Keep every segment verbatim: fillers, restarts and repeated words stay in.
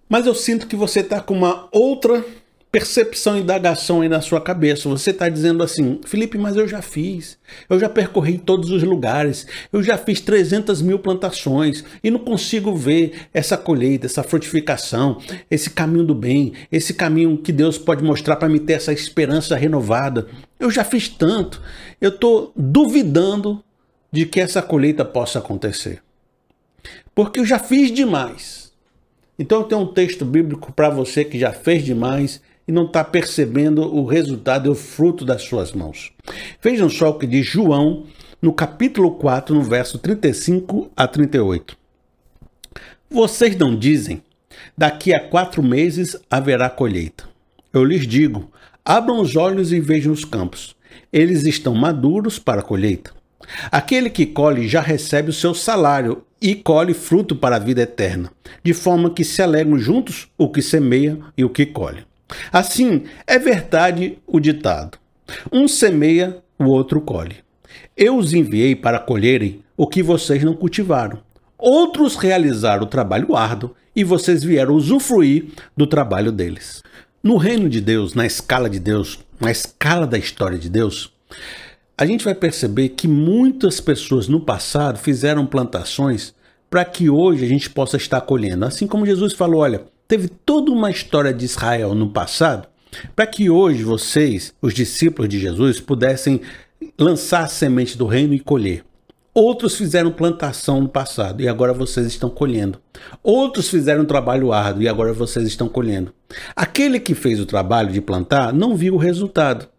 Mas eu sinto que você está com uma outra percepção e indagação aí na sua cabeça. Você está dizendo assim: Felipe, mas eu já fiz, eu já percorri todos os lugares, eu já fiz trezentas mil plantações e não consigo ver essa colheita, essa frutificação, esse caminho do bem, esse caminho que Deus pode mostrar para me ter essa esperança renovada. Eu já fiz tanto, eu estou duvidando de que essa colheita possa acontecer, porque eu já fiz demais. Então eu tenho um texto bíblico para você que já fez demais e não está percebendo o resultado e o fruto das suas mãos. Vejam só o que diz João no capítulo quatro, no verso trinta e cinco a trinta e oito. Vocês não dizem: daqui a quatro meses haverá colheita. Eu lhes digo: abram os olhos e vejam os campos. Eles estão maduros para a colheita. Aquele que colhe já recebe o seu salário e colhe fruto para a vida eterna, de forma que se alegram juntos o que semeia e o que colhe. Assim, é verdade o ditado: um semeia, o outro colhe. Eu os enviei para colherem o que vocês não cultivaram. Outros realizaram o trabalho árduo e vocês vieram usufruir do trabalho deles. No reino de Deus, na escala de Deus, na escala da história de Deus, a gente vai perceber que muitas pessoas no passado fizeram plantações para que hoje a gente possa estar colhendo. Assim como Jesus falou: olha, teve toda uma história de Israel no passado, para que hoje vocês, os discípulos de Jesus, pudessem lançar a semente do reino e colher. Outros fizeram plantação no passado e agora vocês estão colhendo. Outros fizeram um trabalho árduo e agora vocês estão colhendo. Aquele que fez o trabalho de plantar não viu o resultado.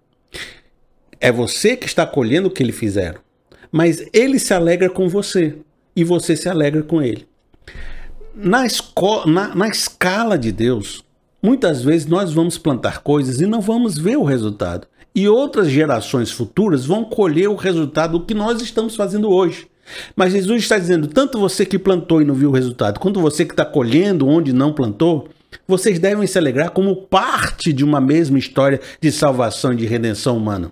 É você que está colhendo o que eles fizeram, mas ele se alegra com você e você se alegra com ele. Na, esco- na, na escala de Deus, muitas vezes nós vamos plantar coisas e não vamos ver o resultado. E outras gerações futuras vão colher o resultado do que nós estamos fazendo hoje. Mas Jesus está dizendo: tanto você que plantou e não viu o resultado, quanto você que está colhendo onde não plantou, vocês devem se alegrar como parte de uma mesma história de salvação e de redenção humana.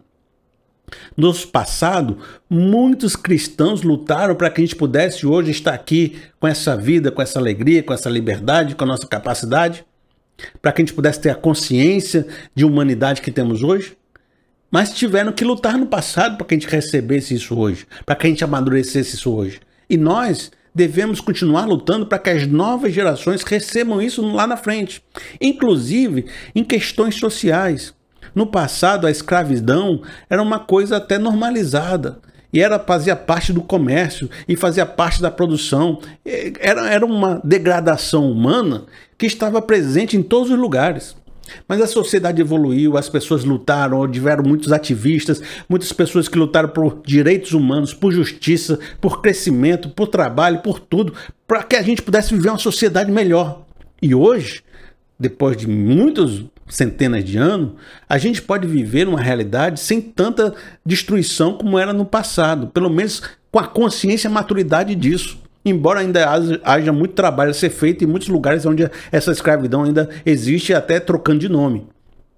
No passado, muitos cristãos lutaram para que a gente pudesse hoje estar aqui com essa vida, com essa alegria, com essa liberdade, com a nossa capacidade, para que a gente pudesse ter a consciência de humanidade que temos hoje. Mas tiveram que lutar no passado para que a gente recebesse isso hoje, para que a gente amadurecesse isso hoje. E nós devemos continuar lutando para que as novas gerações recebam isso lá na frente, inclusive em questões sociais. No passado, a escravidão era uma coisa até normalizada e era, fazia parte do comércio e fazia parte da produção. Era, era uma degradação humana que estava presente em todos os lugares. Mas a sociedade evoluiu, as pessoas lutaram, tiveram muitos ativistas, muitas pessoas que lutaram por direitos humanos, por justiça, por crescimento, por trabalho, por tudo, para que a gente pudesse viver uma sociedade melhor. E hoje, depois de muitos centenas de anos, a gente pode viver uma realidade sem tanta destruição como era no passado, pelo menos com a consciência e a maturidade disso. Embora ainda haja muito trabalho a ser feito em muitos lugares onde essa escravidão ainda existe, até trocando de nome.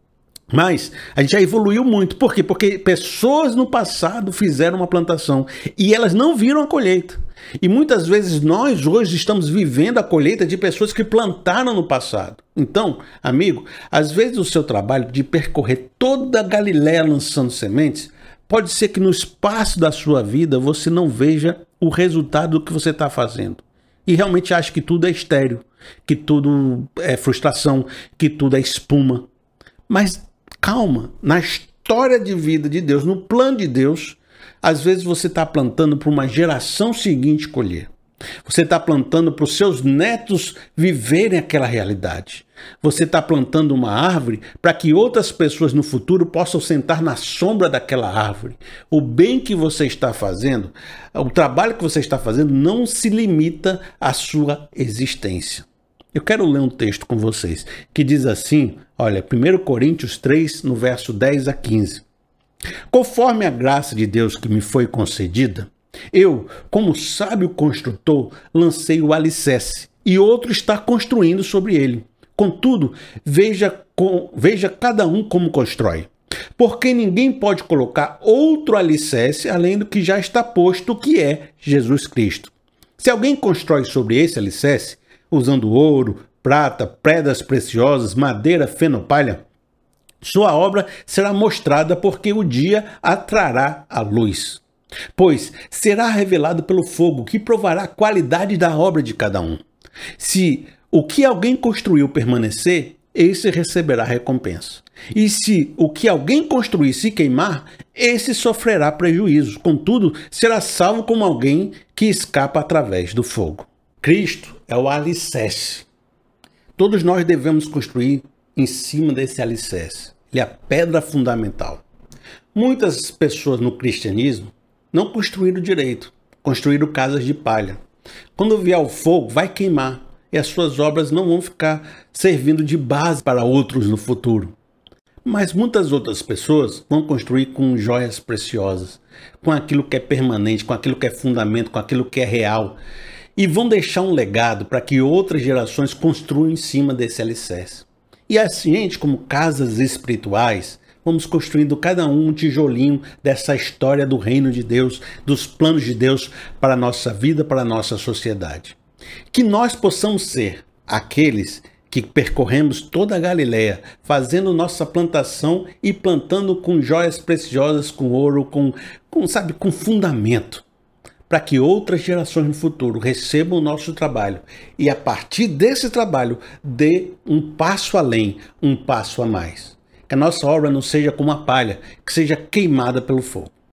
Mas a gente já evoluiu muito. Por quê? Porque pessoas no passado fizeram uma plantação e elas não viram a colheita. E muitas vezes nós hoje estamos vivendo a colheita de pessoas que plantaram no passado. Então, amigo, às vezes o seu trabalho de percorrer toda a Galileia lançando sementes, pode ser que no espaço da sua vida você não veja o resultado do que você está fazendo. E realmente acha que tudo é estéril, que tudo é frustração, que tudo é espuma. Mas calma, na história de vida de Deus, no plano de Deus, às vezes você está plantando para uma geração seguinte colher. Você está plantando para os seus netos viverem aquela realidade. Você está plantando uma árvore para que outras pessoas no futuro possam sentar na sombra daquela árvore. O bem que você está fazendo, o trabalho que você está fazendo não se limita à sua existência. Eu quero ler um texto com vocês que diz assim, olha, primeira Coríntios três, no verso dez a quinze. Conforme a graça de Deus que me foi concedida, eu, como sábio construtor, lancei o alicerce e outro está construindo sobre ele. Contudo, veja, com, veja cada um como constrói. Porque ninguém pode colocar outro alicerce além do que já está posto, que é Jesus Cristo. Se alguém constrói sobre esse alicerce, usando ouro, prata, pedras preciosas, madeira, feno, palha, sua obra será mostrada, porque o dia a trará a luz. Pois será revelado pelo fogo, que provará a qualidade da obra de cada um. Se o que alguém construiu permanecer, esse receberá recompensa. E se o que alguém construir se queimar, esse sofrerá prejuízo. Contudo, será salvo como alguém que escapa através do fogo. Cristo é o alicerce. Todos nós devemos construir em cima desse alicerce. Ele é a pedra fundamental. Muitas pessoas no cristianismo não construíram direito, construíram casas de palha. Quando vier o fogo, vai queimar e as suas obras não vão ficar servindo de base para outros no futuro. Mas muitas outras pessoas vão construir com joias preciosas, com aquilo que é permanente, com aquilo que é fundamento, com aquilo que é real, e vão deixar um legado para que outras gerações construam em cima desse alicerce. E assim, gente, como casas espirituais, vamos construindo cada um um tijolinho dessa história do reino de Deus, dos planos de Deus para a nossa vida, para a nossa sociedade. Que nós possamos ser aqueles que percorremos toda a Galileia, fazendo nossa plantação e plantando com joias preciosas, com ouro, com, com, sabe, com fundamento, para que outras gerações no futuro recebam o nosso trabalho e, a partir desse trabalho, dê um passo além, um passo a mais. Que a nossa obra não seja como a palha, que seja queimada pelo fogo.